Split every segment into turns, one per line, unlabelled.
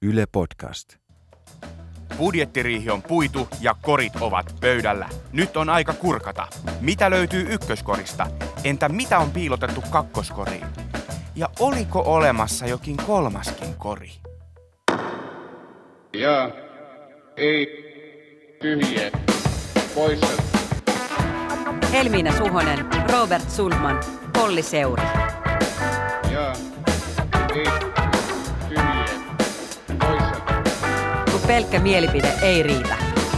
Yle Podcast.
Budjettiriihi on puitu ja korit ovat pöydällä. Nyt on aika kurkata. Mitä löytyy ykköskorista? Entä mitä on piilotettu kakkoskoriin? Ja oliko olemassa jokin kolmaskin kori?
Ja ei tyhjiä poissa.
Helmiina Suhonen, Robert Sundman, Olli Seuri.
Ja ei tyhjiä poissa.
Kun pelkkä mielipide ei riitä.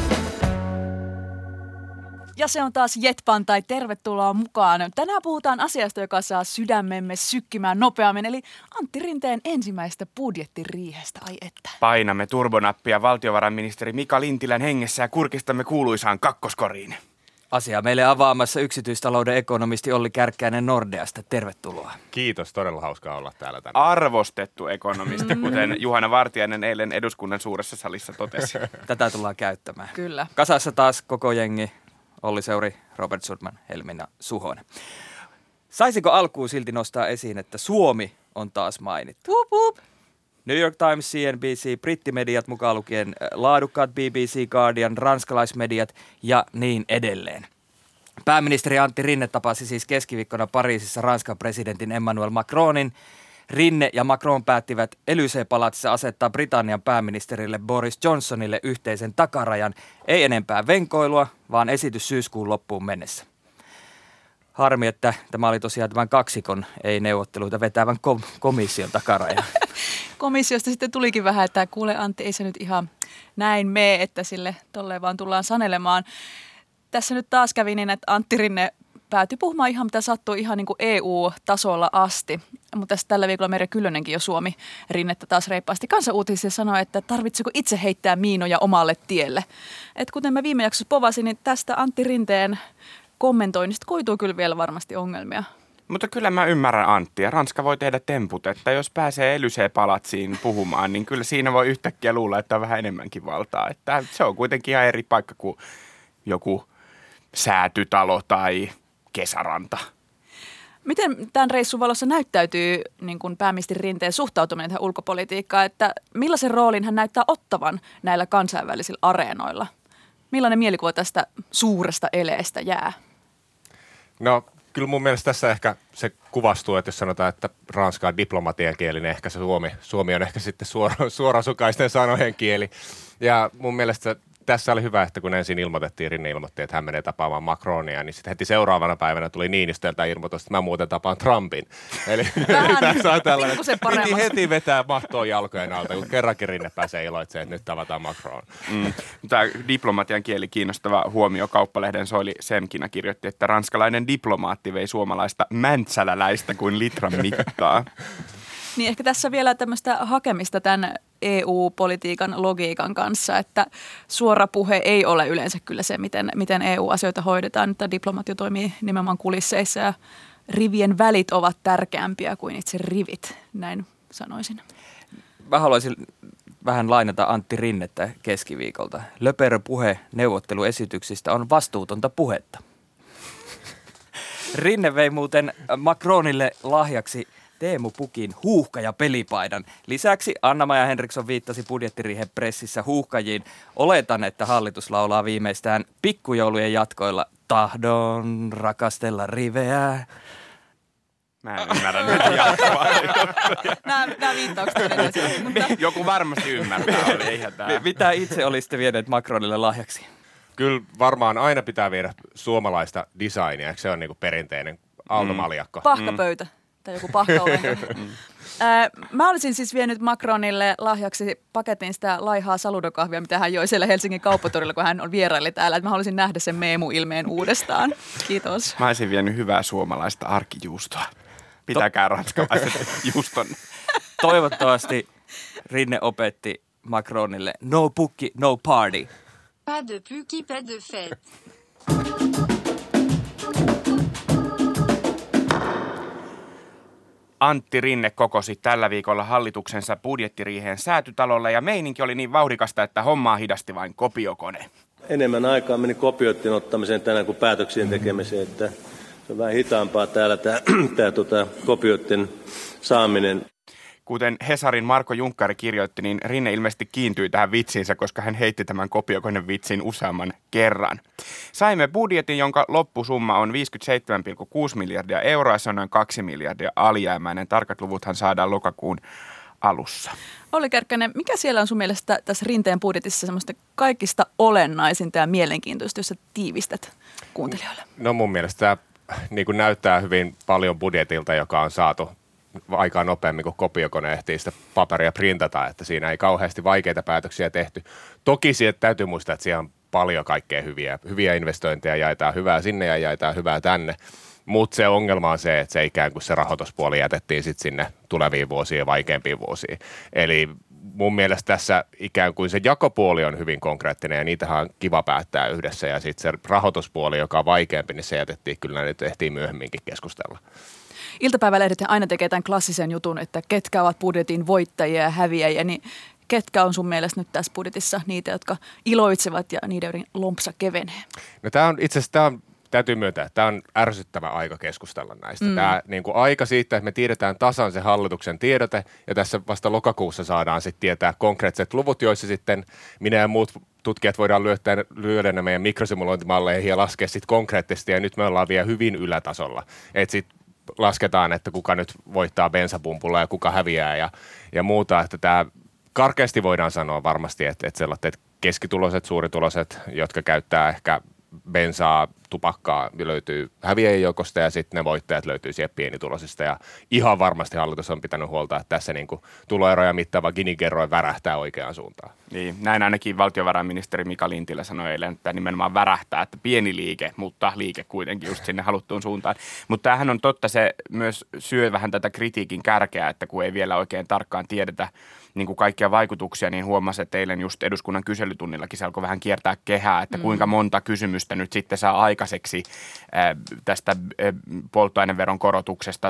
Ja se on taas Jetpan, tervetuloa mukaan. Tänään puhutaan asiasta, joka saa sydämemme sykkimään nopeammin, eli Antti Rinteen ensimmäisestä budjettiriihestä. Ai että.
Painamme turbonappia valtiovarainministeri Mika Lintilän hengessä ja kurkistamme kuuluisaan kakkoskoriin.
Asia meille avaamassa yksityistalouden ekonomisti Olli Kärkkäinen Nordeasta. Tervetuloa.
Kiitos, todella hauskaa olla täällä tänään.
Arvostettu ekonomisti, kuten Juhana Vartiainen eilen eduskunnan suuressa salissa totesi.
Tätä tullaan käyttämään.
Kyllä.
Kasassa taas koko jengi. Olli Seuri, Robert Sundman, Helmiina Suhonen. Saisiko alkuun silti nostaa esiin, että Suomi on taas mainittu?
Wup, wup.
New York Times, CNBC, brittimediat mukaan lukien laadukkaat BBC, Guardian, ranskalaismediat ja niin edelleen. Pääministeri Antti Rinne tapasi siis keskiviikkona Pariisissa Ranskan presidentin Emmanuel Macronin. Rinne ja Macron päättivät Élysée-palatsissa asettaa Britannian pääministerille Boris Johnsonille yhteisen takarajan. Ei enempää venkoilua, vaan esitys syyskuun loppuun mennessä. Harmi, että tämä oli tosiaan tämän kaksikon, ei neuvotteluita vetävän komission takaraja.
Komissiosta sitten tulikin vähän, että kuule Antti, ei se nyt ihan näin mene, että sille tolleen vaan tullaan sanelemaan. Tässä nyt taas kävi niin, että Antti Rinne päätyi puhumaan ihan mitä sattuu ihan niin kuin EU-tasolla asti. Mutta tässä tällä viikolla Merja Kyllönenkin jo Suomi Rinnettä taas reippaasti Kansan-Uutisia sanoi, että tarvitseeko itse heittää miinoja omalle tielle. Et kuten mä viime jaksossa povasin, niin tästä Antti Rinteen kommentoinnista koituu kyllä vielä varmasti ongelmia.
Mutta kyllä mä ymmärrän Anttia. Ranska voi tehdä temput, että jos pääsee Élysée-palatsiin puhumaan, niin kyllä siinä voi yhtäkkiä luulla, että on vähän enemmänkin valtaa. Että se on kuitenkin ihan eri paikka kuin joku säätytalo tai kesäranta. Miten
tämän reissun valossa näyttäytyy niin kuin pääministeri Rinteen suhtautuminen tähän ulkopolitiikkaan, että millaisen roolin hän näyttää ottavan näillä kansainvälisillä areenoilla? Millainen mielikuva tästä suuresta eleestä jää?
No kyllä mun mielestä tässä ehkä se kuvastuu, että jos sanotaan, että ranska on diplomatian kieli, niin ehkä se Suomi on ehkä sitten suorasukaisten sanojen kieli. Ja mun mielestä tässä oli hyvä, että kun ensin Rinne ilmoitti, että hän menee tapaamaan Macronia, niin sitten heti seuraavana päivänä tuli Niinistöltä ilmoitus, että mä muuten tapaan Trumpin. Eli tässä on tällainen, piti heti vetää mahtoon jalkojen alta, kun kerrankin Rinne pääsee iloitsemaan, että nyt tavataan Macron.
Tämä diplomatian kieli kiinnostava huomio. Kauppalehden Soili Semkinä kirjoitti, että ranskalainen diplomaatti vei suomalaista mäntsäläläistä kuin litran mittaa.
Niin ehkä tässä vielä tämmöistä hakemista tämän EU-politiikan logiikan kanssa, että suora puhe ei ole yleensä kyllä se, miten EU-asioita hoidetaan. Nyt diplomaatio toimii nimenomaan kulisseissa ja rivien välit ovat tärkeämpiä kuin itse rivit, näin sanoisin.
Mä haluaisin vähän lainata Antti Rinnettä keskiviikolta. Löperö puhe neuvotteluesityksistä on vastuutonta puhetta. Rinne vei muuten Macronille lahjaksi Teemu Pukin huuhka- ja pelipaidan. Lisäksi Anna-Maja Henriksson viittasi budjettiriihen pressissä huuhkajiin. Oletan, että hallitus laulaa viimeistään pikkujoulujen jatkoilla tahdon rakastella riveää.
Mä en ymmärrä näitä jatkoa.
Nämä viittaukset edelleen. Mutta
Joku varmasti ymmärtää.
Mitä itse olisitte vieneet Macronille lahjaksi?
Kyllä varmaan aina pitää viedä suomalaista designia, se on niinku perinteinen aaltomaljakko.
pahkapöytä. Tai joku pahkaolenko. Mä olisin siis vienyt Macronille lahjaksi paketin sitä laihaa saludokahvia, mitä hän joi siellä Helsingin kauppatorilla, kun hän on vieraili täällä. Mä haluaisin nähdä sen meemu-ilmeen uudestaan. Kiitos.
Mä olisin vienyt hyvää suomalaista arkijuustoa. Pitäkää ranskalaiset juuston.
Toivottavasti Rinne opetti Macronille no pukki, no party.
Pas de puki, pas de fête.
Antti Rinne kokosi tällä viikolla hallituksensa budjettiriiheen Säätytalolla ja meininki oli niin vauhdikasta, että hommaa hidasti vain kopiokone.
Enemmän aikaa meni kopioiden ottamiseen tänään kuin päätöksien tekemiseen, että se on vähän hitaampaa täällä tämä kopioiden saaminen.
kuten Hesarin Marko Junkkari kirjoitti, niin Rinne ilmeisesti kiintyi tähän vitsiinsä, koska hän heitti tämän kopiokonevitsin useamman kerran. Saimme budjetin, jonka loppusumma on 57,6 miljardia euroa, se on noin 2 miljardia alijäämäinen. Tarkat luvuthan saadaan lokakuun alussa.
Olli Kärkkäinen, mikä siellä on sun mielestä tässä Rinteen budjetissa semmoista kaikista olennaisinta ja mielenkiintoista, jos sä tiivistät kuuntelijoille?
No mun mielestä tämä niin kuin näyttää hyvin paljon budjetilta, joka on saatu aikaa nopeammin, kuin kopiokone ehtii sitä paperia printata, että siinä ei kauheasti vaikeita päätöksiä tehty. Toki sieltä täytyy muistaa, että siellä on paljon kaikkea hyviä investointeja, jaetaan hyvää sinne ja jaetaan hyvää tänne. Mutta se ongelma on se, että se ikään kuin se rahoituspuoli jätettiin sitten sinne tuleviin vuosiin ja vaikeampiin vuosiin. Eli mun mielestä tässä ikään kuin se jakopuoli on hyvin konkreettinen ja niitähän on kiva päättää yhdessä. Ja sitten se rahoituspuoli, joka on vaikeampi, niin se jätettiin kyllä, nyt tehtiin myöhemminkin keskustella.
Iltapäivälehdet aina tekee tämän klassisen jutun, että ketkä ovat budjetin voittajia ja häviäjiä, niin ketkä on sun mielestä nyt tässä budjetissa niitä, jotka iloitsevat ja niiden joiden lompsa kevenee?
No tämä on itse asiassa, täytyy myöntää, että tämä on ärsyttävä aika keskustella näistä. Tämä niin kuin aika siitä, että me tiedetään tasan se hallituksen tiedote ja tässä vasta lokakuussa saadaan sitten tietää konkreettiset luvut, joissa sitten minä ja muut tutkijat voidaan lyödä ne meidän mikrosimulointimalleihin ja laskea sitten konkreettisesti ja nyt me ollaan vielä hyvin ylätasolla. Että sitten lasketaan, että kuka nyt voittaa bensapumpulla ja kuka häviää ja muuta, että tämä karkeasti voidaan sanoa varmasti, että sellaiset keskituloiset, suurituloiset, jotka käyttää ehkä bensaa, tupakkaa löytyy häviäjien joukosta ja sitten ne voittajat löytyy sieltä pienituloisista ja ihan varmasti hallitus on pitänyt huolta, että tässä niin kuin tuloeroja mittaava Gini-kerroin värähtää oikeaan suuntaan.
Niin, näin ainakin valtiovarainministeri Mika Lintilä sanoi eilen, että nimenomaan värähtää, että pieni liike, mutta liike kuitenkin just sinne haluttuun suuntaan. Mutta tämähän on totta, se myös syö vähän tätä kritiikin kärkeä, että kun ei vielä oikein tarkkaan tiedetä niin kuin kaikkia vaikutuksia, niin huomasi, että eilen just eduskunnan kyselytunnillakin se alkoi vähän kiertää kehää, että kuinka monta kysymystä nyt sitten saa aikaiseksi tästä polttoaineveron korotuksesta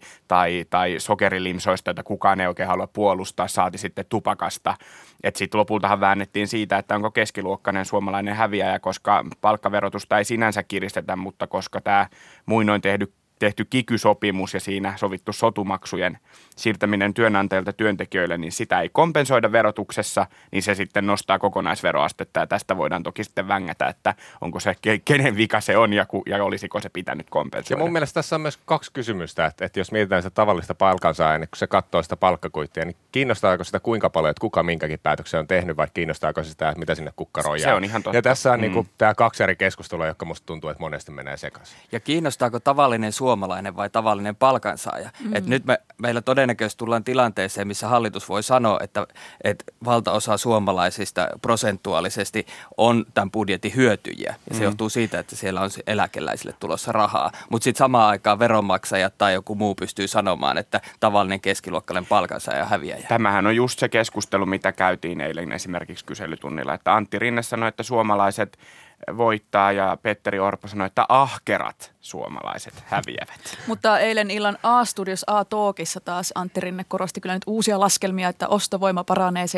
tai sokerilimsoista, jota kukaan ei oikein halua puolustaa, saati sitten tupakasta. Että sitten lopultahan väännettiin siitä, että onko keskiluokkainen suomalainen häviäjä, koska palkkaverotusta ei sinänsä kiristetä, mutta koska tämä muinoin tehty kiky-sopimus ja siinä sovittu sotumaksujen siirtäminen työnantajilta työntekijöille, niin sitä ei kompensoida verotuksessa, niin se sitten nostaa kokonaisveroastetta ja tästä voidaan toki sitten vängätä, että onko se, kenen vika se on ja olisiko se pitänyt kompensoida.
Ja mun mielestä tässä on myös kaksi kysymystä, että jos mietitään sitä tavallista palkansaajaa, niin kun se katsoo sitä palkkakuittia, niin kiinnostaako sitä kuinka paljon, että kuka minkäkin päätöksen on tehnyt vai kiinnostaako sitä, että mitä sinne kukkaroon jää?
Se on ihan totta.
Ja tässä on niin tämä kaksi eri keskustelua, jotka musta tuntuu, että monesti menee sekaisin.
Ja kiinnostaako tavallinen suomalainen vai tavallinen palkansaaja? Et nyt meillä todennäköisesti tullaan tilanteeseen, missä hallitus voi sanoa, että valtaosa suomalaisista prosentuaalisesti on tämän budjetin hyötyjiä. Ja se johtuu siitä, että siellä on eläkeläisille tulossa rahaa. Mutta sitten samaan aikaan veronmaksajat tai joku muu pystyy sanomaan, että tavallinen keskiluokkainen palkansaaja häviäjä.
Tämähän on just se keskustelu, mitä käytiin eilen esimerkiksi kyselytunnilla, että Antti Rinne sanoi, että suomalaiset voittaa ja Petteri Orpo sanoi, että ahkerat suomalaiset häviävät.
Mutta eilen illan A-studios A-talkissa taas Antti Rinne korosti kyllä nyt uusia laskelmia, että ostovoima paranee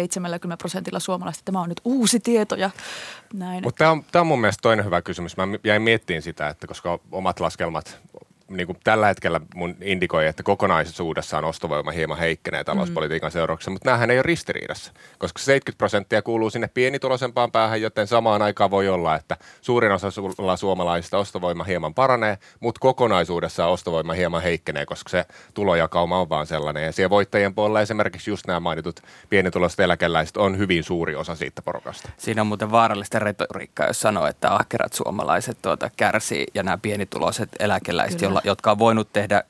70% suomalaisista. Tämä on nyt uusi tieto ja näin.
Mutta tämä on mun mielestä toinen hyvä kysymys. Mä jäin miettimään sitä, että koska omat laskelmat niin kuin tällä hetkellä mun indikoi, että kokonaisuudessaan ostovoima hieman heikkenee talouspolitiikan seurauksena, mutta näähän ei ole ristiriidassa, koska 70% kuuluu sinne pienituloisempaan päähän, joten samaan aikaan voi olla, että suurin osa suomalaisista ostovoima hieman paranee, mutta kokonaisuudessaan ostovoima hieman heikkenee, koska se tulojakauma on vaan sellainen. Ja siellä voittajien puolella esimerkiksi just nämä mainitut pienituloiset eläkeläiset on hyvin suuri osa siitä porukasta.
Siinä on muuten vaarallista retoriikkaa, jos sanoo, että ahkerat suomalaiset kärsii ja nämä pienituloiset eläkeläiset, jotka on voinut tehdä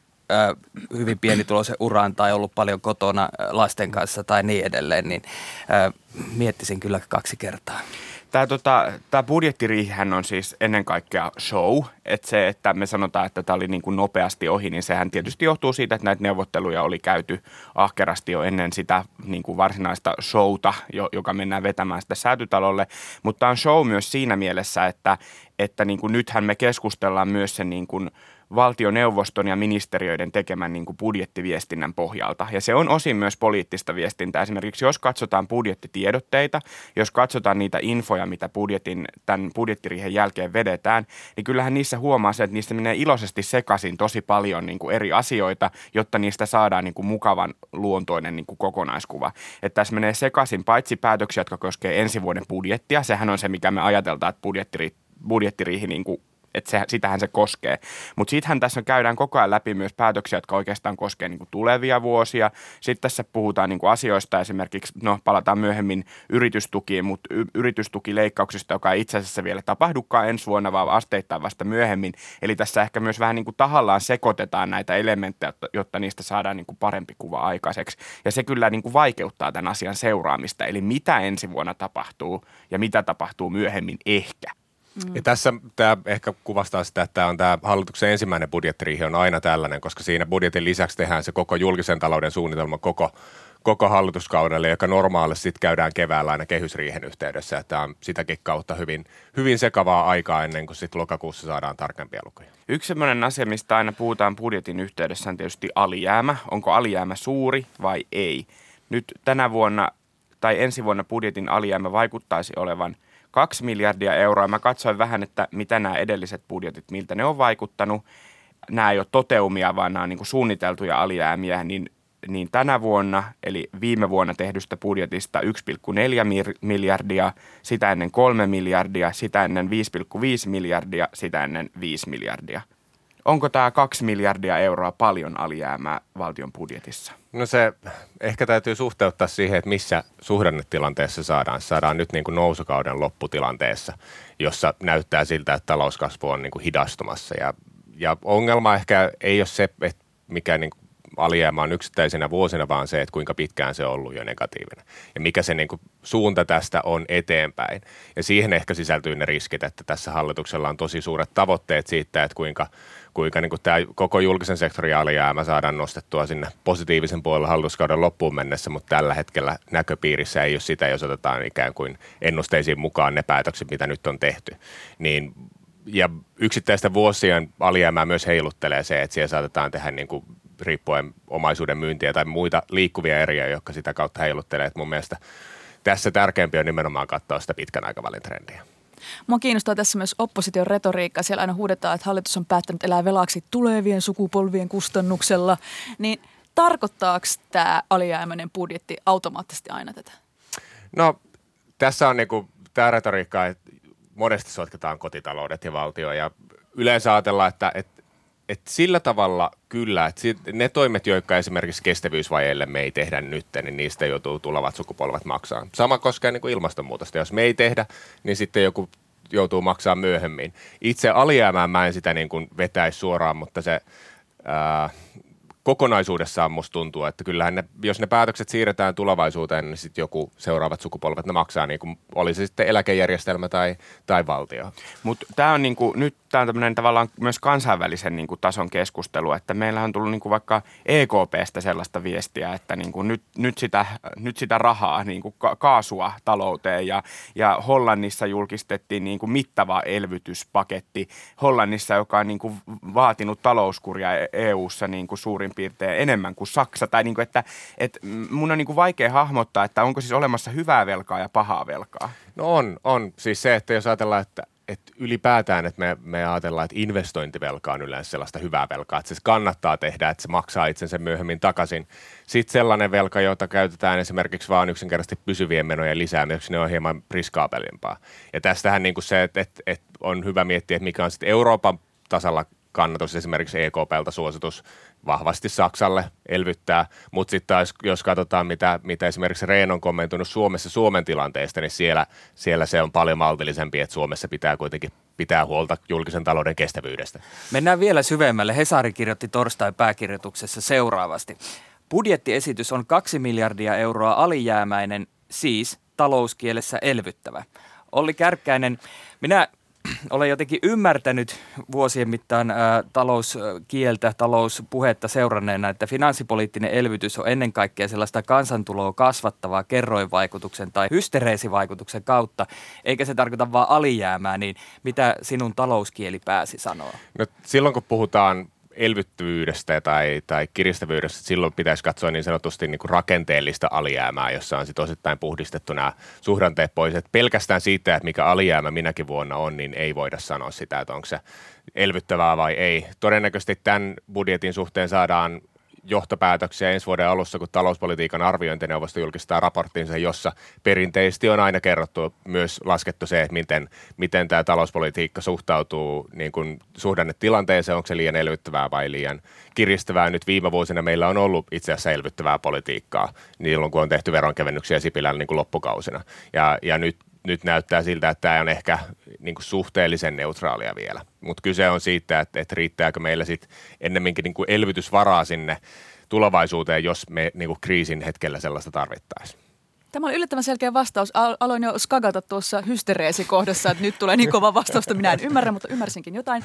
hyvin pienituloisen uran tai ollut paljon kotona lasten kanssa tai niin edelleen, niin miettisin kyllä 2 kertaa.
Tämä budjettiriihihän on siis ennen kaikkea show, että se, että me sanotaan, että tämä oli niin kuin nopeasti ohi, niin sehän tietysti johtuu siitä, että näitä neuvotteluja oli käyty ahkerasti jo ennen sitä niin kuin varsinaista showta, joka mennään vetämään sitä Säätytalolle, mutta tämä on show myös siinä mielessä, että niin kuin nythän me keskustellaan myös sen niin kuin valtioneuvoston ja ministeriöiden tekemän niin kuin budjettiviestinnän pohjalta. Ja se on osin myös poliittista viestintää. Esimerkiksi jos katsotaan budjettitiedotteita, jos katsotaan niitä infoja, mitä tämän budjettiriihen jälkeen vedetään, niin kyllähän niissä huomaa se, että niistä menee iloisesti sekaisin tosi paljon niin kuin eri asioita, jotta niistä saadaan niin kuin mukavan luontoinen niin kuin kokonaiskuva. Että tässä menee sekaisin paitsi päätöksiä, jotka koskee ensi vuoden budjettia, sehän on se, mikä me ajateltaan, että budjettiriihi niin kuin että sitähän se koskee. Mutta sittenhän tässä käydään koko ajan läpi myös päätöksiä, jotka oikeastaan koskee niin kuin tulevia vuosia. Sitten tässä puhutaan niin kuin asioista esimerkiksi, palataan myöhemmin yritystukiin, mutta yritystukileikkauksista, joka ei itse asiassa vielä tapahdukaan ensi vuonna, vaan asteittain vasta myöhemmin. Eli tässä ehkä myös vähän niin kuin tahallaan sekoitetaan näitä elementtejä, jotta niistä saadaan niin kuin parempi kuva aikaiseksi. Ja se kyllä niin kuin vaikeuttaa tämän asian seuraamista, eli mitä ensi vuonna tapahtuu ja mitä tapahtuu myöhemmin ehkä.
Ja tässä tämä ehkä kuvastaa sitä, että tämä hallituksen ensimmäinen budjettiriihi on aina tällainen, koska siinä budjetin lisäksi tehdään se koko julkisen talouden suunnitelma koko hallituskaudelle, joka normaalisti sitten käydään keväällä aina kehysriihen yhteydessä. Tämä on sitäkin kautta hyvin sekavaa aikaa ennen kuin sitten lokakuussa saadaan tarkempia lukuja.
Yksi sellainen asia, mistä aina puhutaan budjetin yhteydessä, on tietysti alijäämä. Onko alijäämä suuri vai ei? Nyt tänä vuonna tai ensi vuonna budjetin alijäämä vaikuttaisi olevan 2 miljardia euroa. Mä katsoin vähän, että mitä nämä edelliset budjetit, miltä ne on vaikuttanut. Nämä ei ole toteumia, vaan nämä on niin kuin suunniteltuja alijäämiä, niin tänä vuonna, eli viime vuonna tehdystä budjetista 1,4 miljardia, sitä ennen 3 miljardia, sitä ennen 5,5 miljardia, sitä ennen 5 miljardia. Onko tämä 2 miljardia euroa paljon alijäämää valtion budjetissa?
No se ehkä täytyy suhteuttaa siihen, että missä suhdannetilanteessa saadaan nyt niin kuin nousukauden lopputilanteessa, jossa näyttää siltä, että talouskasvu on niin kuin hidastumassa. Ja ongelma ehkä ei ole se, että mikä niin kuin alijäämä on yksittäisenä vuosina, vaan se, että kuinka pitkään se on ollut jo negatiivinen. Ja mikä se niin kuin suunta tästä on eteenpäin. Ja siihen ehkä sisältyy ne riskit, että tässä hallituksella on tosi suuret tavoitteet siitä, että kuinka niin kuin tämä koko julkisen sektorin alijäämä saadaan nostettua sinne positiivisen puolelle hallituskauden loppuun mennessä, mutta tällä hetkellä näköpiirissä ei ole sitä, jos otetaan ikään kuin ennusteisiin mukaan ne päätökset, mitä nyt on tehty. Ja yksittäisten vuosien alijäämää myös heiluttelee se, että siellä saatetaan tehdä niin kuin riippuen omaisuuden myyntiä tai muita liikkuvia eriä, jotka sitä kautta heiluttelee. Että mun mielestä tässä tärkeämpi on nimenomaan katsoa sitä pitkän aikavälin trendiä.
Mua kiinnostaa tässä myös opposition retoriikka. Siellä aina huudetaan, että hallitus on päättänyt elää velaksi tulevien sukupolvien kustannuksella. Niin tarkoittaako tämä alijäämäinen budjetti automaattisesti aina tätä?
No tässä on niinku tämä retoriikka, että monesti sotketaan kotitaloudet ja valtio ja yleensä ajatellaan, että sillä tavalla kyllä, että ne toimet, jotka esimerkiksi kestävyysvajeille me ei tehdä nyt, niin niistä joutuu tulevat sukupolvet maksaa. Sama koskee niin kuin ilmastonmuutosta. Jos me ei tehdä, niin sitten joku joutuu maksaa myöhemmin. Itse alijäämään mä en sitä niin kuin vetäisi suoraan, mutta se kokonaisuudessaan musta tuntuu, että kyllähän jos ne päätökset siirretään tulevaisuuteen, niin sitten joku seuraavat sukupolvet ne maksaa, niin kuin oli se sitten eläkejärjestelmä tai valtio.
Mutta tämä on niinku, nyt tämä on tämmöinen tavallaan myös kansainvälisen niinku tason keskustelu, että meillä on tullut niinku vaikka EKP:stä sellaista viestiä, että niinku nyt sitä rahaa, niinku kaasua talouteen ja Hollannissa julkistettiin niinku mittava elvytyspaketti. Hollannissa, joka on niinku vaatinut talouskuria EU:ssa niinku suurin piirtein enemmän kuin Saksa. Tai niinku, että mun on niinku vaikea hahmottaa, että onko siis olemassa hyvää velkaa ja pahaa velkaa.
No on. Siis se, että jos ajatellaan, että ylipäätään, että me ajatellaan, että investointivelka on yleensä sellaista hyvää velkaa, että se kannattaa tehdä, että se maksaa itsensä myöhemmin takaisin. Sitten sellainen velka, jota käytetään esimerkiksi vaan yksinkertaisesti pysyvien menojen lisäämiseksi, ne on hieman riskaapelimpaa. Ja tästähän niin kuin se, että on hyvä miettiä, että mikä on sitten Euroopan tasalla kannatus, esimerkiksi EKP:ltä suositus vahvasti Saksalle elvyttää, mutta sitten taas jos katsotaan, mitä esimerkiksi Rehn on kommentoinut Suomen tilanteesta, niin siellä se on paljon maltillisempi, että Suomessa pitää kuitenkin pitää huolta julkisen talouden kestävyydestä.
Mennään vielä syvemmälle. Hesari kirjoitti torstai pääkirjoituksessa seuraavasti. Budjettiesitys on 2 miljardia euroa alijäämäinen, siis talouskielessä elvyttävä. Olli Kärkkäinen, minä olen jotenkin ymmärtänyt vuosien mittaan talouskieltä, talouspuhetta seuranneena, että finanssipoliittinen elvytys on ennen kaikkea sellaista kansantuloa kasvattavaa kerroinvaikutuksen tai hystereesivaikutuksen kautta, eikä se tarkoita vaan alijäämää, niin mitä sinun talouskieli pääsi sanoa? No,
silloin kun puhutaan elvyttävyydestä tai kiristävyydestä, silloin pitäisi katsoa niin sanotusti niin kuin rakenteellista alijäämää, jossa on sitten osittain puhdistettu nämä suhdanteet pois. Et pelkästään siitä, että mikä alijäämä minäkin vuonna on, niin ei voida sanoa sitä, että onko se elvyttävää vai ei. Todennäköisesti tämän budjetin suhteen saadaan johtopäätöksiä ensi vuoden alussa, kun talouspolitiikan arviointineuvosto julkistaa raporttinsa, jossa perinteisesti on aina kerrottu, myös laskettu se, että miten tämä talouspolitiikka suhtautuu niin kuin suhdannetilanteeseen, onko se liian elvyttävää vai liian kiristävää. Nyt viime vuosina meillä on ollut itse asiassa elvyttävää politiikkaa, silloin kun on tehty veronkevennyksiä Sipilän niin kuin loppukausina. Ja nyt näyttää siltä, että tämä on ehkä niin kuin suhteellisen neutraalia vielä. Mutta kyse on siitä, että riittääkö meillä sitten ennemminkin niin kuin elvytysvaraa sinne tulevaisuuteen, jos me niin kuin kriisin hetkellä sellaista tarvittaisiin.
Tämä oli yllättävän selkeä vastaus. Aloin jo skagata tuossa hystereesikohdassa, että nyt tulee niin kova vastausta. Minä en ymmärrä, mutta ymmärsinkin jotain.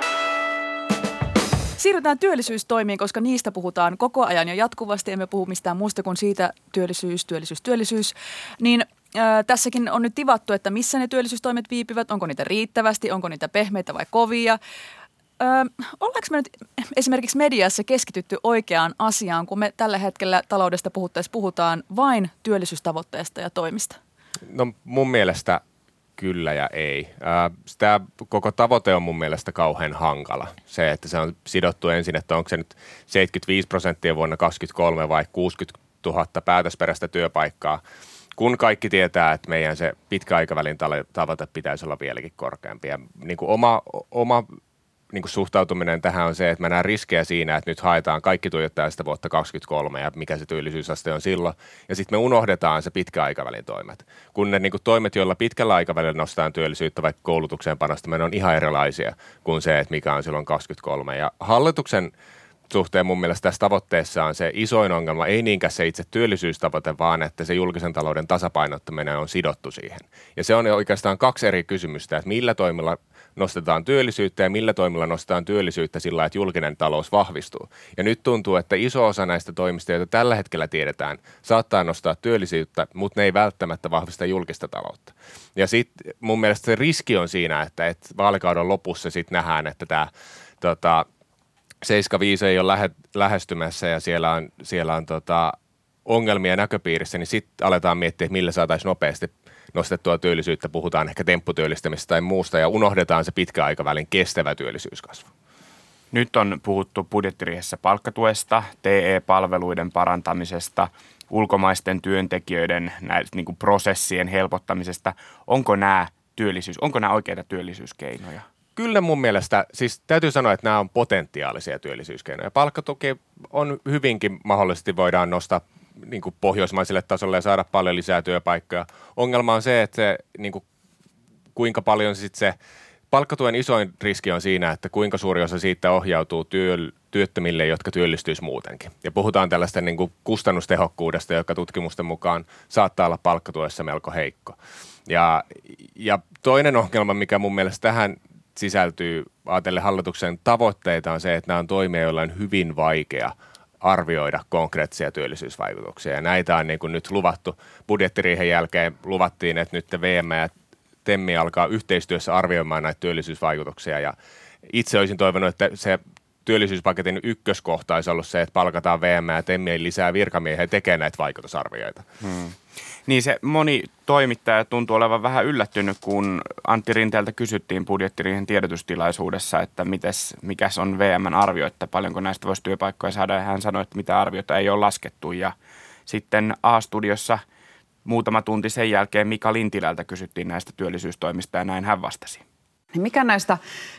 Siirrytään työllisyystoimiin, koska niistä puhutaan koko ajan ja jatkuvasti. Emme puhu mistään muusta kuin siitä työllisyys. Niin tässäkin on nyt tivattu, että missä ne työllisyystoimet viipyvät, onko niitä riittävästi, onko niitä pehmeitä vai kovia. Ollaanko me nyt esimerkiksi mediassa keskitytty oikeaan asiaan, kun me tällä hetkellä taloudesta puhuttaessa puhutaan vain työllisyystavoitteesta ja toimista?
No mun mielestä kyllä ja ei. Tämä koko tavoite on mun mielestä kauhean hankala. Se, että se on sidottu ensin, että onko se nyt 75% vuonna 2023 vai 60 000 päätösperäistä työpaikkaa. Kun kaikki tietää, että meidän se pitkäaikavälin tavoite pitäisi olla vieläkin korkeampi. Ja niin kuin oma niin kuin suhtautuminen tähän on se, että mä näen riskejä siinä, että nyt haetaan kaikki tuijottaa sitä vuotta 2023 ja mikä se työllisyysaste on silloin. Ja sitten me unohdetaan se pitkäaikavälin toimet. Kun ne niin kuin toimet, joilla pitkällä aikavälillä nostetaan työllisyyttä, vaikka koulutukseen panostaminen, on ihan erilaisia kuin se, että mikä on silloin 2023. Ja hallituksen suhteen mun mielestä tässä tavoitteessa on se isoin ongelma, ei niinkään se itse työllisyystavoite, vaan että se julkisen talouden tasapainottaminen on sidottu siihen. Ja se on oikeastaan kaksi eri kysymystä, että millä toimilla nostetaan työllisyyttä ja millä toimilla nostetaan työllisyyttä sillä, että julkinen talous vahvistuu. Ja nyt tuntuu, että iso osa näistä toimista, joita tällä hetkellä tiedetään, saattaa nostaa työllisyyttä, mutta ne ei välttämättä vahvista julkista taloutta. Ja sitten mun mielestä se riski on siinä, että vaalikauden lopussa sitten nähdään, että tämä 7.5 ei ole lähestymässä ja siellä on ongelmia näköpiirissä, niin sitten aletaan miettiä, että millä saataisiin nopeasti nostettua työllisyyttä. Puhutaan ehkä tempputyöllistämistä tai muusta ja unohdetaan se pitkäaikavälin kestävä työllisyyskasvu.
Nyt on puhuttu budjettiriihessä palkkatuesta, TE-palveluiden parantamisesta, ulkomaisten työntekijöiden niin kuin prosessien helpottamisesta. Onko nämä oikeita työllisyyskeinoja?
Kyllä mun mielestä, siis täytyy sanoa, että nämä on potentiaalisia työllisyyskeinoja. Palkkatuki on hyvinkin mahdollisesti voidaan nostaa niin kuin pohjoismaiselle tasolle ja saada paljon lisää työpaikkoja. Ongelma on se, että se, niin kuin, kuinka paljon se palkkatuen isoin riski on siinä, että kuinka suuri osa siitä ohjautuu työttömille, jotka työllistyisi muutenkin. Ja puhutaan tällaista niin kuin kustannustehokkuudesta, joka tutkimusten mukaan saattaa olla palkkatuessa melko heikko. Ja toinen ongelma, mikä mun mielestä tähän sisältyy ajatellen hallituksen tavoitteita, on se, että nämä on toimia, joilla on hyvin vaikea arvioida konkreettisia työllisyysvaikutuksia. Ja näitä on niin kuin nyt luvattu. Budjettiriihen jälkeen luvattiin, että nyt VM ja TEM alkaa yhteistyössä arvioimaan näitä työllisyysvaikutuksia. Ja itse olisin toivonut, että se työllisyyspaketin ykköskohta olisi ollut se, että palkataan VM ja TEM lisää virkamiehiä tekemään näitä vaikutusarvioita.
Niin se moni toimittaja tuntuu olevan vähän yllättynyt, kun Antti Rinteeltä kysyttiin budjettiriihen tiedotustilaisuudessa, että mikäs on VM:n arvio, että paljonko näistä voisi työpaikkoja saada. Ja hän sanoi, että mitä arviota ei ole laskettu. Ja sitten A-studiossa muutama tunti sen jälkeen Mika Lintilältä kysyttiin näistä työllisyystoimista ja näin hän vastasi.
Mikä näistä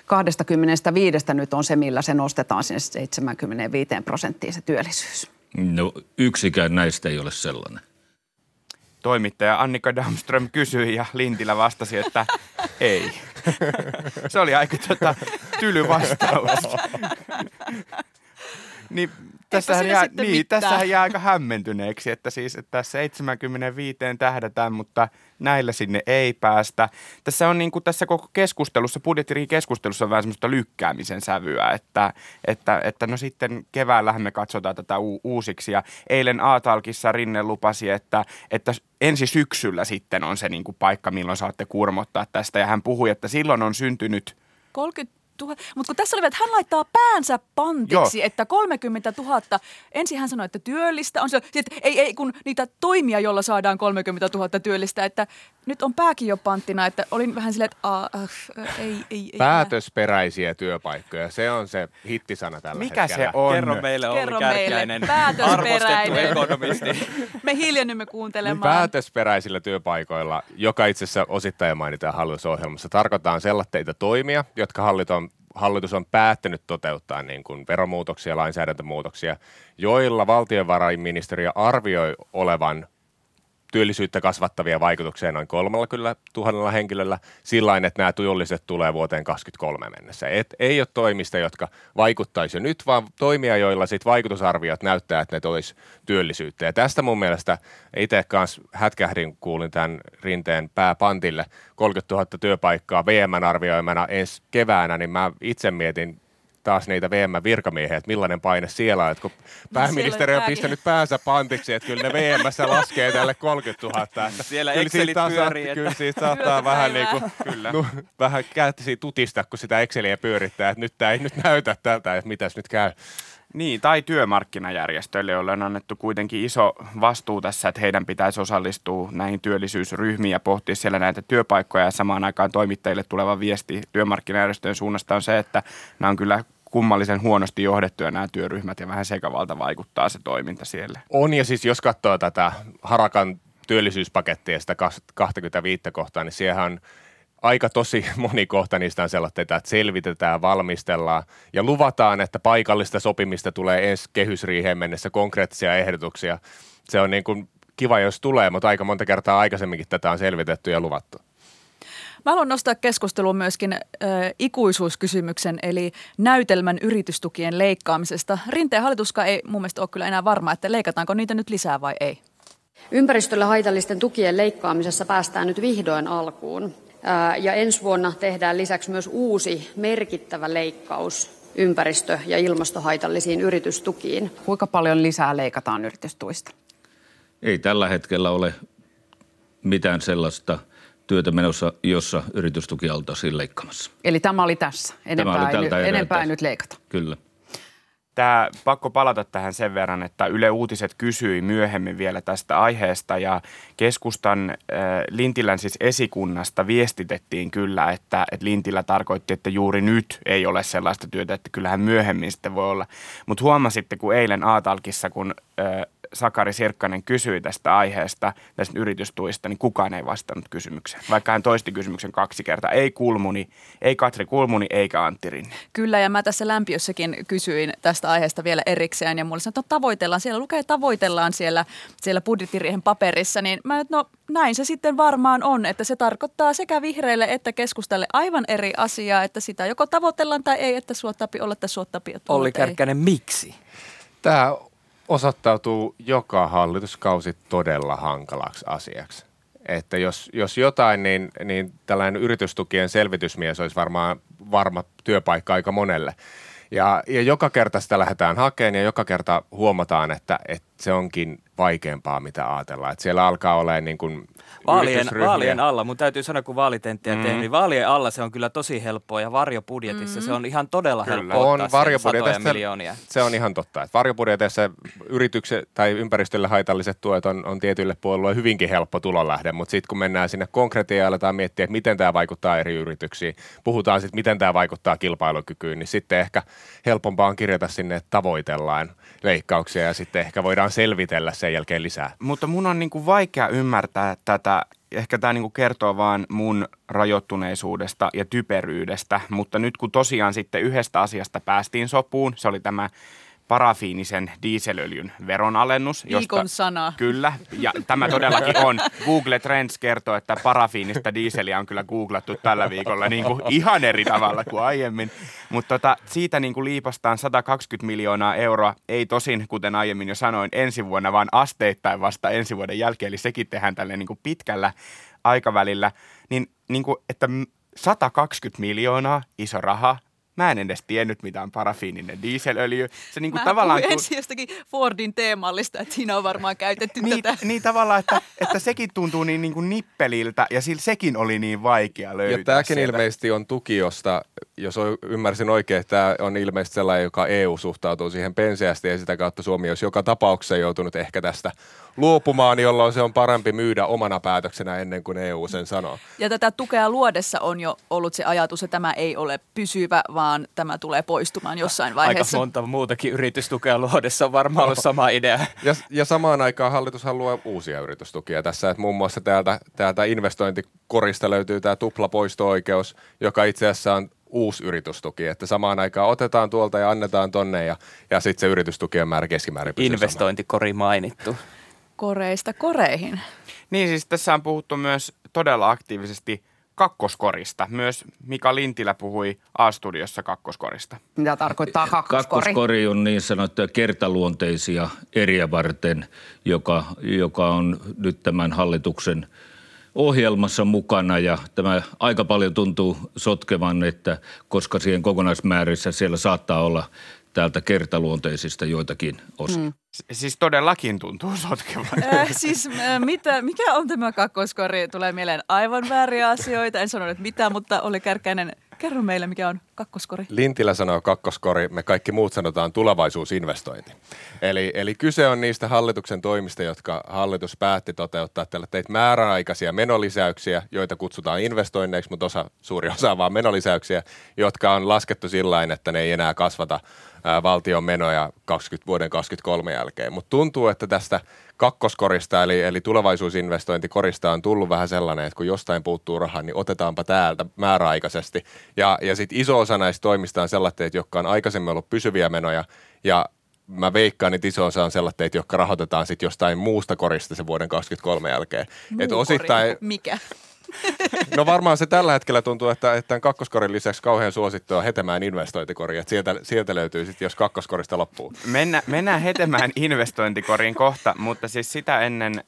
25 nyt on se, millä se nostetaan sinne 75% se työllisyys?
No yksikään näistä ei ole sellainen.
Toimittaja Annika Damström kysyi ja Lintilä vastasi, että ei. Se oli aika tyly vastaus. Niin tässähän jää aika hämmentyneeksi, että siis että 75 tähdätään, mutta näillä sinne ei päästä. Tässä on niin kuin tässä koko keskustelussa, budjettiriihen keskustelussa on vähän semmoista lykkäämisen sävyä, että no sitten keväällähän me katsotaan tätä uusiksi. Ja eilen A-talkissa Rinne lupasi, että ensi syksyllä sitten on se niin kuin paikka, milloin saatte kurmottaa tästä. Ja hän puhui, että silloin on syntynyt
30 000. Mutta kun tässä oli, että hän laittaa päänsä pantiksi,
Joo.
että 30 000. Ensin hän sanoi, että työllistä on se, että ei kun niitä toimia, joilla saadaan 30 000 työllistä, että nyt on pääkin jo panttina, että olin vähän silleen, että ei.
Päätösperäisiä työpaikkoja, se on se hittisana tällä
Mikä
hetkellä.
se on?
Kerro meille, Olli Kärkkäinen,
päätösperäinen.
arvostettu ekonomisti.
Me hiljennymme
Niin
kuuntelemaan.
päätösperäisillä työpaikoilla, joka itse asiassa osittain mainitaan hallitusohjelmassa, tarkoittaa sellaisia toimia, jotka hallitus on päättänyt toteuttaa niin kuin veromuutoksia, lainsäädäntömuutoksia, joilla valtiovarainministeriö arvioi olevan työllisyyttä kasvattavia vaikutuksia noin 30 000 henkilöllä sillain, että nämä työlliset tulee vuoteen 2023 mennessä. Ei ole toimista, jotka vaikuttaisi jo nyt, vaan toimia, joilla sit vaikutusarviot näyttää, että ne tois työllisyyttä. Ja tästä mun mielestä itse kanssa hätkähdin, kuulin tämän Rinteen pääpantille 30 000 työpaikkaa VM:n arvioimana ensi keväänä, niin mä itse mietin taas niitä VM-virkamiehiä, että millainen paine siellä on, että kun pääministeri on pistänyt päänsä pantiksi, että kyllä ne VM:ssä laskee tälle 30 000. Että
siellä
kyllä
Excelit pyörii.
Kyllä siitä saattaa vähän niin kuin, vähän kättisiä tutista, kun sitä Exceliä pyörittää, että nyt tämä ei nyt näytä tältä, että mitäs nyt käy.
Niin, tai työmarkkinajärjestöille, joille on annettu kuitenkin iso vastuu tässä, että heidän pitäisi osallistua näihin työllisyysryhmiin ja pohtia siellä näitä työpaikkoja. Ja samaan aikaan toimittajille tuleva viesti työmarkkinajärjestöjen suunnasta on se, että nämä on kyllä kummallisen huonosti johdettuja nämä työryhmät ja vähän sekavalta vaikuttaa se toiminta siellä.
On, ja siis jos katsoo tätä Harakan työllisyyspakettia, sitä 25 kohtaa, niin siellä on aika tosi moni kohta niistä on sellaista, että selvitetään, valmistellaan ja luvataan, että paikallista sopimista tulee ensi kehysriiheen mennessä konkreettisia ehdotuksia. Se on niin kuin kiva, jos tulee, mutta aika monta kertaa aikaisemminkin tätä on selvitetty ja luvattu.
Mä haluan nostaa keskusteluun myöskin ikuisuuskysymyksen, eli näytelmän yritystukien leikkaamisesta. Rinteen hallituskaan ei mun mielestä ole kyllä enää varma, että leikataanko niitä nyt lisää vai ei.
Ympäristölle haitallisten tukien leikkaamisessa päästään nyt vihdoin alkuun. Ja ensi vuonna tehdään lisäksi myös uusi merkittävä leikkaus ympäristö- ja ilmastohaitallisiin yritystukiin.
Kuinka paljon lisää leikataan yritystuista?
Ei tällä hetkellä ole mitään sellaista työtä menossa, jossa yritystuki oltaisiin leikkaamassa.
Eli tämä oli tässä. Enempää ei nyt leikata.
Kyllä.
Tämä pakko palata tähän sen verran, että Yle Uutiset kysyi myöhemmin vielä tästä aiheesta ja keskustan Lintilän siis esikunnasta viestitettiin kyllä, että Lintilä tarkoitti, että juuri nyt ei ole sellaista työtä, että kyllähän myöhemmin sitten voi olla. Mutta huomasitte, kun eilen A-talkissa, kun Sakari Sirkkanen kysyi tästä aiheesta, tästä yritystuista, niin kukaan ei vastannut kysymykseen. Vaikka hän toisti kysymyksen 2 kertaa. Ei Kulmuni, ei Katri Kulmuni eikä Antti Rinne.
Kyllä, ja mä tässä lämpiössäkin kysyin tästä aiheesta vielä erikseen, ja mulle sanoi, että tavoitellaan, siellä lukee tavoitellaan siellä budjettiriihen paperissa, niin mä no näin se sitten varmaan on, että se tarkoittaa sekä vihreille että keskustalle aivan eri asiaa, että sitä joko tavoitellaan tai ei, että suottapi olla tai suottapi olla.
Olli Kärkkäinen, miksi?
Tämä osoittautuu joka hallituskausi todella hankalaksi asiaksi. Että jos jotain, niin tällainen yritystukien selvitysmies olisi varmaan varma työpaikka aika monelle. Ja joka kerta sitä lähdetään hakemaan ja joka kerta huomataan, että se onkin vaikeampaa, mitä ajatellaan. Että siellä alkaa olemaan niin kuin
vaalien alla, mun täytyy sanoa, kun vaalitenttiä tein, niin vaalien alla se on kyllä tosi helppoa ja varjobudjetissa se on ihan todella helppoa ottaa satoja miljoonia.
Se on ihan totta, että varjobudjetissa yritykset tai ympäristölle haitalliset tuet on tietyille puolueille hyvinkin helppo tulonlähde, mutta sitten kun mennään sinne konkretiaan ja aletaan miettiä, että miten tämä vaikuttaa eri yrityksiin, puhutaan sitten, miten tämä vaikuttaa kilpailukykyyn, niin sitten ehkä helpompaa on kirjata sinne, että tavoitellaan leikkauksia ja sitten ehkä voidaan selvitellä sen jälkeen lisää.
Mutta mun on niinku vaikea ymmärtää tätä. Ehkä tämä niinku kertoo vaan mun rajoittuneisuudesta ja typeryydestä, mutta nyt kun tosiaan sitten yhdestä asiasta päästiin sopuun, se oli tämä parafiinisen dieselöljyn veronalennus.
Viikon sana.
Kyllä, ja tämä todellakin on. Google Trends kertoo, että parafiinista dieseliä on kyllä googlattu tällä viikolla niin kuin ihan eri tavalla kuin aiemmin. Mutta siitä niin kuin liipastaan 120 miljoonaa euroa, ei tosin, kuten aiemmin jo sanoin, ensi vuonna, vaan asteittain vasta ensi vuoden jälkeen. Eli sekin tehdään tälleen niin kuin pitkällä aikavälillä. Niin kuin, että 120 miljoonaa, iso raha. Mä en edes tiennyt, mitä on parafiininen dieselöljy. Se niin kuin tavallaan
puhuin ensin jostakin Fordin teemallista, että siinä on varmaan käytetty tätä.
Niin tavallaan, että sekin tuntuu niin kuin nippeliltä ja sekin oli niin vaikea löytää.
Ja tämäkin ilmeisesti on tuki, josta, jos ymmärsin oikein, tämä on ilmeisesti sellainen, joka EU suhtautuu siihen penseästi ja sitä kautta Suomi olisi joka tapauksessa joutunut ehkä tästä luopumaan, jolloin se on parempi myydä omana päätöksenä ennen kuin EU sen sanoo.
Ja tätä tukea luodessa on jo ollut se ajatus, että tämä ei ole pysyvä, vaan tämä tulee poistumaan jossain vaiheessa.
Aika monta muutakin yritystukea luodessa on varmaan ollut sama idea.
Ja samaan aikaan hallitus haluaa uusia yritystukia tässä, että muun muassa täältä investointikorista löytyy tämä tuplapoisto-oikeus, joka itse asiassa on uusi yritystuki, että samaan aikaan otetaan tuolta ja annetaan tonne ja sitten se yritystukien määrä keskimäärin pysyy
investointikori mainittu.
Koreista koreihin.
Niin siis tässä on puhuttu myös todella aktiivisesti kakkoskorista. Myös Mika Lintilä puhui A-studiossa kakkoskorista.
Mitä tarkoittaa kakkoskori?
Kakkoskori on niin sanottuja kertaluonteisia eriä varten, joka on nyt tämän hallituksen ohjelmassa mukana ja tämä aika paljon tuntuu sotkevan, että koska siihen kokonaismäärissä siellä saattaa olla täältä kertaluonteisista joitakin osia.
Siis todellakin tuntuu sotkevan.
Mikä on tämä kakkoskori? Tulee mieleen aivan vääriä asioita. En sanonut mitä, mutta Olli Kärkkäinen, kerro meille, mikä on kakkoskori.
Lintilä sanoo kakkoskori, me kaikki muut sanotaan tulevaisuusinvestointi. Eli kyse on niistä hallituksen toimista, jotka hallitus päätti toteuttaa. Tällä teit määräaikaisia menolisäyksiä, joita kutsutaan investoinneiksi, mutta suuri osa vaan menolisäyksiä, jotka on laskettu sillain, että ne ei enää kasvata valtion menoja vuoden 2023 jälkeen. Mutta tuntuu, että tästä kakkoskorista eli tulevaisuusinvestointikorista on tullut vähän sellainen, että kun jostain puuttuu rahaa, niin otetaanpa täältä määräaikaisesti. Ja sitten iso osa näistä toimista on sellaisia, jotka on aikaisemmin ollut pysyviä menoja ja mä veikkaan, että iso osa on sellaisia, jotka rahoitetaan sitten jostain muusta korista se vuoden 2023 jälkeen.
Kori, mikä?
No varmaan se tällä hetkellä tuntuu, että tämän kakkoskorin lisäksi kauhean suosittua Hetemäen investointikori, että sieltä löytyy sitten, jos kakkoskorista loppuu.
Mennään Hetemäen investointikoriin kohta, mutta siis sitä ennen,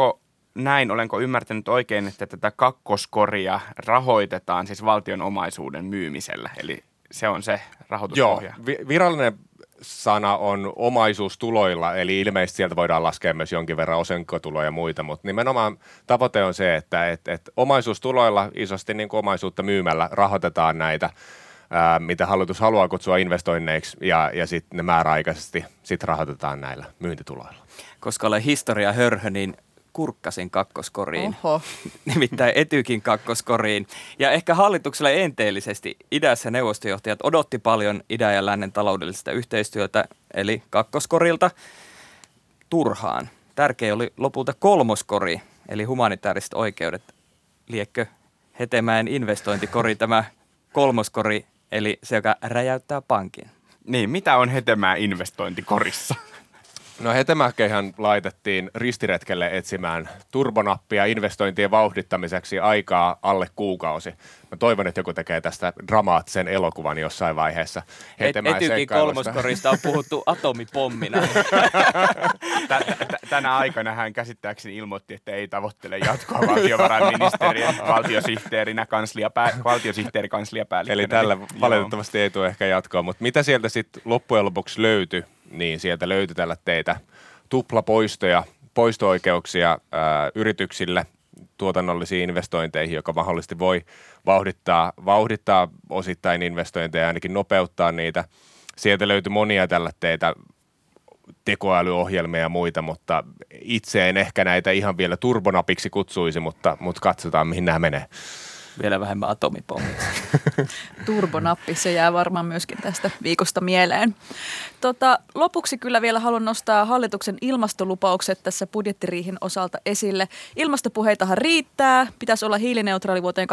olenko ymmärtänyt oikein, että tätä kakkoskoria rahoitetaan siis valtion omaisuuden myymisellä, eli se on se rahoituspohja.
Joo, virallinen sana on omaisuustuloilla, eli ilmeisesti sieltä voidaan laskea myös jonkin verran osinkotuloja ja muita, mutta nimenomaan tavoite on se, että omaisuustuloilla isosti niin kuin omaisuutta myymällä rahoitetaan näitä, mitä hallitus haluaa kutsua investoinneiksi, ja sitten ne määräaikaisesti sit rahoitetaan näillä myyntituloilla.
Koska olen historia hörhö, niin kurkkasin kakkoskoriin,
Oho.
Nimittäin Etykin kakkoskoriin. Ja ehkä hallitukselle enteellisesti idässä neuvostojohtajat odotti paljon idän ja lännen taloudellista yhteistyötä, eli kakkoskorilta turhaan. Tärkeä oli lopulta kolmoskori, eli humanitaariset oikeudet. Liekkö Hetemäen investointikori tämä kolmoskori, eli se, joka räjäyttää pankin?
Niin, mitä on Hetemäen investointikorissa?
No Hetemäkeihän laitettiin ristiretkelle etsimään turbonappia investointien vauhdittamiseksi aikaa alle kuukausi. Mä toivon, että joku tekee tästä dramaattisen elokuvan jossain vaiheessa.
Etykin kolmoskorista on puhuttu atomipommina.
Tänä aikana hän käsittääkseni ilmoitti, että ei tavoittele jatkoa valtiovarainministeriön valtiosihteerikansliapäällikkönä.
Eli tällä valitettavasti ei tule ehkä jatkoa, mutta mitä sieltä sitten loppujen lopuksi löytyi? Niin sieltä löytyi tällä teitä tuplapoistoja, poisto-oikeuksia yrityksille tuotannollisiin investointeihin, joka mahdollisesti voi vauhdittaa osittain investointeja ja ainakin nopeuttaa niitä. Sieltä löytyi monia tällä teitä tekoälyohjelmia ja muita, mutta itse en ehkä näitä ihan vielä turbonapiksi kutsuisi, mutta katsotaan mihin nämä menee.
Vielä vähemmän atomipommia.
Turbonappi, se jää varmaan myöskin tästä viikosta mieleen. Lopuksi kyllä vielä haluan nostaa hallituksen ilmastolupaukset tässä budjettiriihin osalta esille. Ilmastopuheitahan riittää, pitäisi olla hiilineutraali vuoteen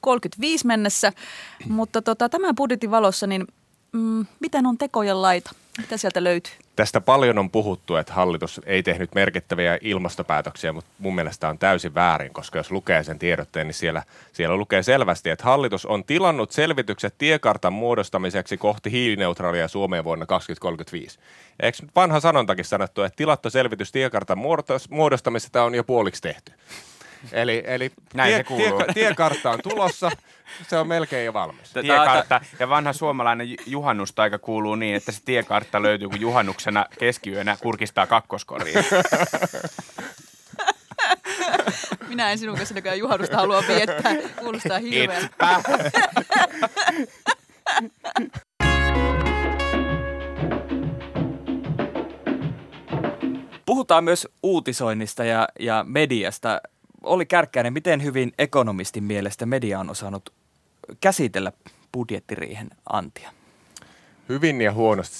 2035 mennessä, mutta tämän budjetin valossa, niin miten on tekojen laita? Mitä sieltä löytyy?
Tästä paljon on puhuttu, että hallitus ei tehnyt merkittäviä ilmastopäätöksiä, mutta mun mielestä on täysin väärin, koska jos lukee sen tiedotteen, niin siellä lukee selvästi, että hallitus on tilannut selvitykset tiekartan muodostamiseksi kohti hiilineutraalia Suomeen vuonna 2035. Eikö vanha sanontakin sanottu, että tilattu selvitys tiekartan muodostamisesta on jo puoliksi tehty? Eli tiekartta on tulossa, se on melkein jo valmis.
Tiekartta ja vanha suomalainen juhannustaika kuuluu niin, että se tiekartta löytyy, kun juhannuksena keskiyönä kurkistaa kakkoskoriin.
Minä en sinun kanssa näköjään juhannusta halua viettää. Kuulostaa hirveältä.
Puhutaan myös uutisoinnista ja mediasta. Olli Kärkkäinen, miten hyvin ekonomistin mielestä media on osannut käsitellä budjettiriihen antia?
Hyvin ja huonosti.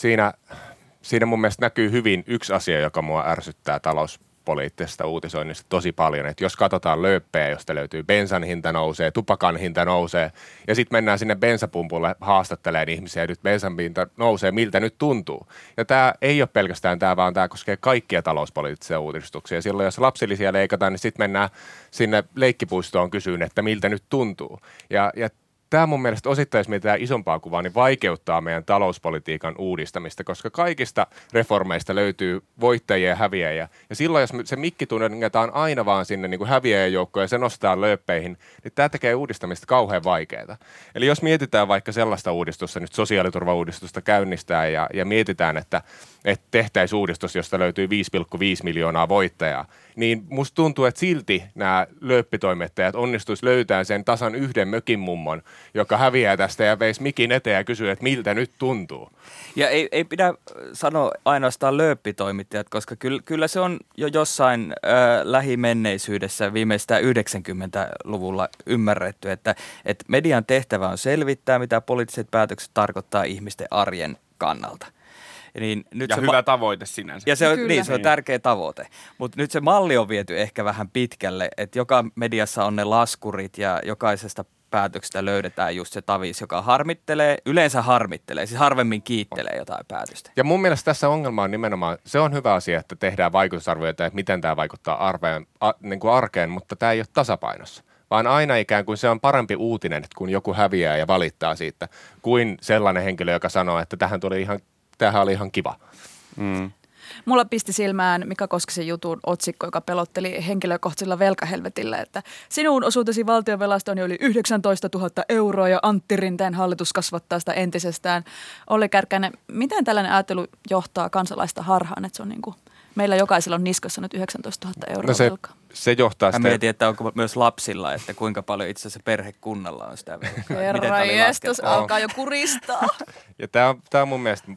Siinä mun mielestä näkyy hyvin yksi asia, joka mua ärsyttää talouspoliittisesta uutisoinnista tosi paljon. Että jos katsotaan lööppejä, josta löytyy bensan hinta nousee, tupakan hinta nousee ja sitten mennään sinne bensapumpulle haastattelemaan ihmisiä ja nyt bensan hinta nousee, miltä nyt tuntuu. Ja tämä ei ole pelkästään tämä, vaan tämä koskee kaikkia talouspoliittisia uudistuksia. Silloin jos lapsilisiä leikataan, niin sitten mennään sinne leikkipuistoon kysyyn, että miltä nyt tuntuu. Ja tämä mun mielestä osittain, jos mietitään isompaa kuvaa, niin vaikeuttaa meidän talouspolitiikan uudistamista, koska kaikista reformeista löytyy voittajia ja häviäjiä. Ja silloin, jos se mikki tunnetaan aina vaan sinne niin kuin häviäjäjoukkoon ja se nostetaan lööppeihin, niin tämä tekee uudistamista kauhean vaikeaa. Eli jos mietitään vaikka sellaista uudistusta, nyt sosiaaliturvauudistusta käynnistää ja mietitään, että tehtäisiin uudistus, josta löytyy 5,5 miljoonaa voittajaa, niin musta tuntuu, että silti nämä lööppitoimittajat onnistuisi löytämään sen tasan yhden mökinmummon, joka häviää tästä ja veisi mikin eteen ja kysyy, että miltä nyt tuntuu.
Ja ei pidä sanoa ainoastaan lööppitoimittajat, koska kyllä se on jo jossain lähimenneisyydessä viimeistään 90-luvulla ymmärretty, että median tehtävä on selvittää, mitä poliittiset päätökset tarkoittaa ihmisten arjen kannalta. Niin nyt
ja hyvä tavoite sinänsä.
Ja se on tärkeä tavoite. Mutta nyt se malli on viety ehkä vähän pitkälle, että joka mediassa on ne laskurit ja jokaisesta päätöksestä löydetään just se tavis, joka yleensä harmittelee, siis harvemmin kiittelee jotain päätöstä.
Ja mun mielestä tässä ongelma on nimenomaan, se on hyvä asia, että tehdään vaikutusarvioita, että miten tämä vaikuttaa arkeen, mutta tämä ei ole tasapainossa. Vaan aina ikään kuin se on parempi uutinen, että kun joku häviää ja valittaa siitä, kuin sellainen henkilö, joka sanoo, että tämähän oli ihan kiva.
Mm. Mulla pisti silmään Mika Koskisen jutun otsikko, joka pelotteli henkilökohtaisella velkahelvetillä, että sinun osuutesi valtionvelasta on jo yli 19 000 euroa ja Antti Rinteen hallitus kasvattaa sitä entisestään. Olli Kärkkäinen, miten tällainen ajattelu johtaa kansalaista harhaan, että se on niin kuin, meillä jokaisella on niskassa nyt 19 000 euroa velkaa?
Se johtaa sitä.
Mä mietin, että onko myös lapsilla, että kuinka paljon itse asiassa perhekunnalla on sitä velkaa.
Herra jestas, alkaa jo kuristaa.
Ja tämä on mun mielestä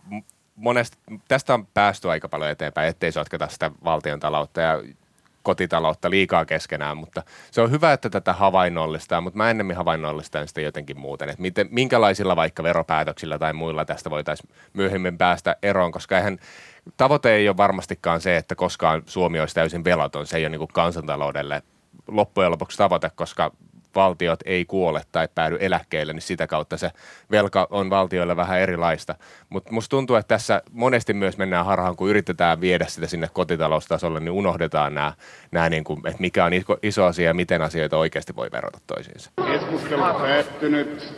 tästä on päästy aika paljon eteenpäin, ettei sotketa sitä valtion taloutta ja kotitaloutta liikaa keskenään, mutta se on hyvä, että tätä havainnollistaa, mutta mä ennemmin havainnollistan sitä jotenkin muuten, että minkälaisilla vaikka veropäätöksillä tai muilla tästä voitaisiin myöhemmin päästä eroon, koska tavoite ei ole varmastikaan se, että koskaan Suomi olisi täysin velaton, se ei ole niin kuin kansantaloudelle loppujen lopuksi tavoite, koska valtiot ei kuole tai päädy eläkkeelle, niin sitä kautta se velka on valtioille vähän erilaista. Mutta musta tuntuu, että tässä monesti myös mennään harhaan, kun yritetään viedä sitä sinne kotitaloustasolle, niin unohdetaan nämä niin kuin, että mikä on iso asia ja miten asioita oikeasti voi verrata toisiinsa.
Keskustelu päättynyt.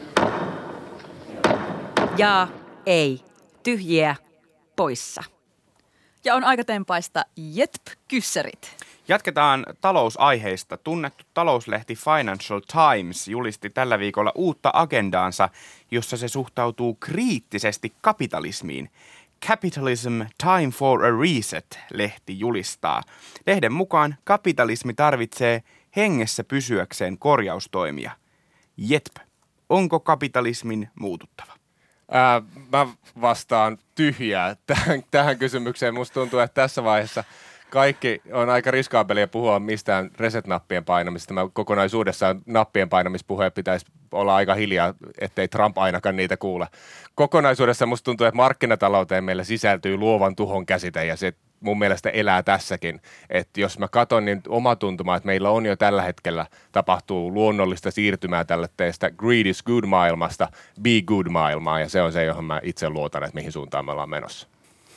Ja ei. Tyhjiä poissa.
Ja on aika tempaista Jetp-kyssärit.
Jatketaan talousaiheista. Tunnettu talouslehti Financial Times julisti tällä viikolla uutta agendaansa, jossa se suhtautuu kriittisesti kapitalismiin. Capitalism Time for a Reset, lehti julistaa. Lehden mukaan kapitalismi tarvitsee hengessä pysyäkseen korjaustoimia. Jetp, onko kapitalismin muututtava?
Mä vastaan tyhjää tähän kysymykseen. Musta tuntuu, että tässä vaiheessa kaikki on aika riskaabelia puhua mistään reset-nappien painamisesta. Kokonaisuudessaan nappien painamispuheet pitäisi olla aika hiljaa, ettei Trump ainakaan niitä kuule. Kokonaisuudessaan musta tuntuu, että markkinatalouteen meillä sisältyy luovan tuhon käsite ja se mun mielestä elää tässäkin. Että jos mä katson, niin oma tuntuma, että meillä on jo tällä hetkellä tapahtuu luonnollista siirtymää tästä greed is good -maailmasta be good -maailmaan ja se on se, johon mä itse luotan, että mihin suuntaan me ollaan menossa.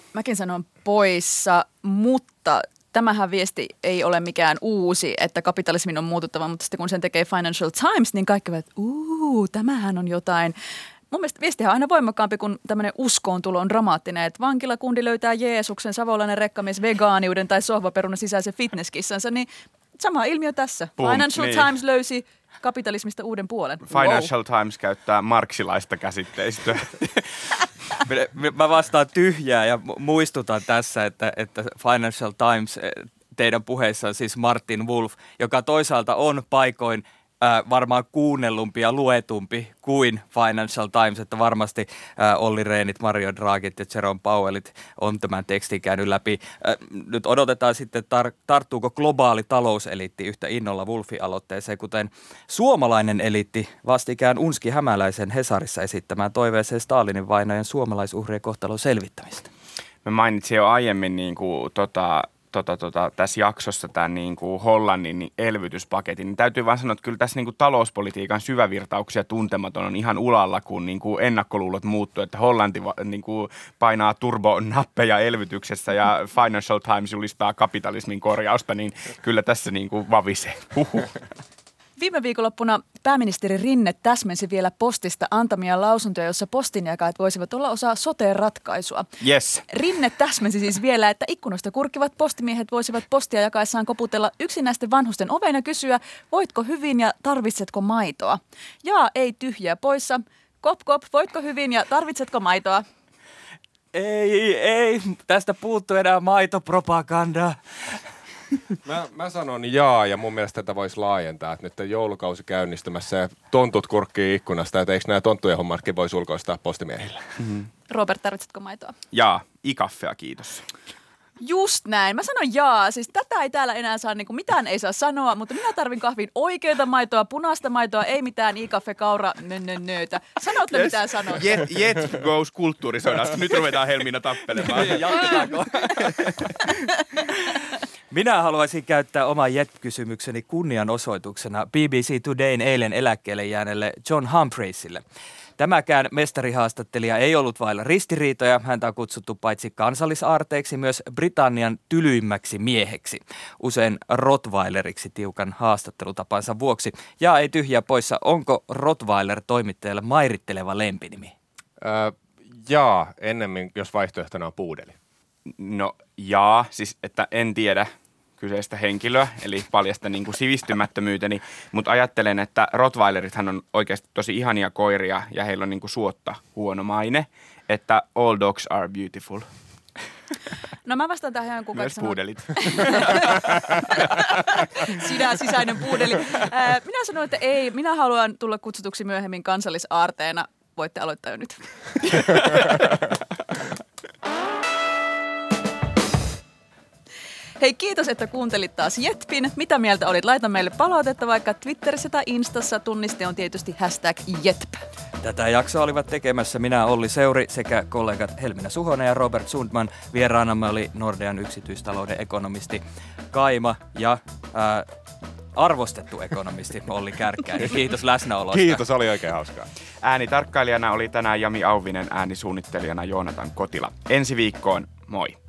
Mäkin sanon poissa, mutta tämähän viesti ei ole mikään uusi, että kapitalismin on muututtava, mutta sitten kun sen tekee Financial Times, niin kaikki ovat, tämähän on jotain. Mun mielestä viestihän on aina voimakkaampi, kun tämmöinen uskoontulo on dramaattinen, että vankilakundi löytää Jeesuksen, savolainen rekkamies vegaaniuden tai sohvaperuna sisäisen fitnesskissansa, niin sama ilmiö tässä. Financial Times löysi kapitalismista uuden puolen.
Financial Times käyttää marksilaista käsitteistöä.
Mä vastaan tyhjää ja muistutan tässä, että Financial Times teidän puheissa on siis Martin Wolf, joka toisaalta on paikoin varmaan kuunnellumpi ja luetumpi kuin Financial Times, että varmasti Olli Rehnit, Mario Draghit ja Jerome Powellit on tämän tekstin käynyt läpi. Nyt odotetaan sitten, tarttuuko globaali talouseliitti yhtä innolla Wolfin aloitteeseen, kuten suomalainen eliitti vastikään Unski Hämäläisen Hesarissa esittämään toiveeseen Stalinin vainojen suomalaisuhrien kohtalon selvittämistä.
Mä mainitsin jo aiemmin tässä jaksossa tämän niin kuin Hollannin elvytyspaketin, niin täytyy vaan sanoa, että kyllä tässä niin kuin talouspolitiikan syvävirtauksia tuntematon on ihan ulalla, kun niin kuin ennakkoluulot muuttuu, että Hollanti niin kuin painaa turbonappeja elvytyksessä ja Financial Times julistaa kapitalismin korjausta, niin kyllä tässä niin kuin vavisee.
Viime viikonloppuna pääministeri Rinne täsmensi vielä postista antamia lausuntoja, jossa postinjakajat voisivat olla osa sote-ratkaisua.
Yes.
Rinne täsmensi siis vielä, että ikkunoista kurkkivat postimiehet voisivat postia jakaessaan koputella yksinäisten vanhusten oveen ja kysyä, voitko hyvin ja tarvitsetko maitoa? Jaa, ei tyhjää poissa. Kop, kop, voitko hyvin ja tarvitsetko maitoa?
Ei, tästä puuttuu enää maitopropagandaa.
Mä sanon jaa, ja mun mielestä tätä voisi laajentaa, että nyt on joulukausi käynnistymässä ja tontut kurkkii ikkunasta, että eikö nämä tonttujen hommatkin voisi ulkoistaa postimiehille?
Mm-hmm. Robert, tarvitsetko maitoa?
Jaa, ikaffea, kiitos.
Just näin. Mä sanon jaa. Siis tätä ei täällä enää saa, mitään ei saa sanoa, mutta minä tarvin kahviin oikeita maitoa, punaista maitoa, ei mitään ikaffe, kaura, nöötä. Sanotko yes. Mitään sanot?
Jet goes kulttuurisodasta. Nyt ruvetaan Helmiina tappelemaan.
Jatketaanko? Minä haluaisin käyttää oman Jet-kysymykseni kunnianosoituksena BBC Todayn eilen eläkkeelle jääneelle John Humphreysille. Tämäkään mestarihaastattelija ei ollut vailla ristiriitoja. Häntä on kutsuttu paitsi kansallisaarteeksi myös Britannian tylyimmäksi mieheksi. Usein rottweileriksi tiukan haastattelutapansa vuoksi. Ja ei tyhjää poissa, onko Rottweiler toimittajalle mairitteleva lempinimi?
Jaa, ennemmin jos vaihtoehtona on puudeli.
No jaa, siis että en tiedä kyseistä henkilöä, eli paljasta niin kuin sivistymättömyyteni, mutta ajattelen, että rottweilerithan on oikeasti tosi ihania koiria ja heillä on niin kuin suotta huono maine, että all dogs are beautiful.
No mä vastaan tähän jonkun
myös puudelit.
Sisäinen puudeli. Minä sanon, että ei, minä haluan tulla kutsutuksi myöhemmin kansallisaarteena. Voitte aloittaa jo nyt. Hei, kiitos, että kuuntelit taas Jetpin. Mitä mieltä olit? Laita meille palautetta vaikka Twitterissä tai Instassa. Tunniste on tietysti #Jetp.
Tätä jaksoa olivat tekemässä minä Olli Seuri sekä kollegat Helmiina Suhonen ja Robert Sundman. Vieraanamme oli Nordean yksityistalouden ekonomisti Kaima ja arvostettu ekonomisti Olli Kärkkäinen. Kiitos läsnäolosta.
Kiitos, oli oikein hauskaa.
Äänitarkkailijana oli tänään Jami Auvinen, äänisuunnittelijana Joonatan Kotila. Ensi viikkoon, moi!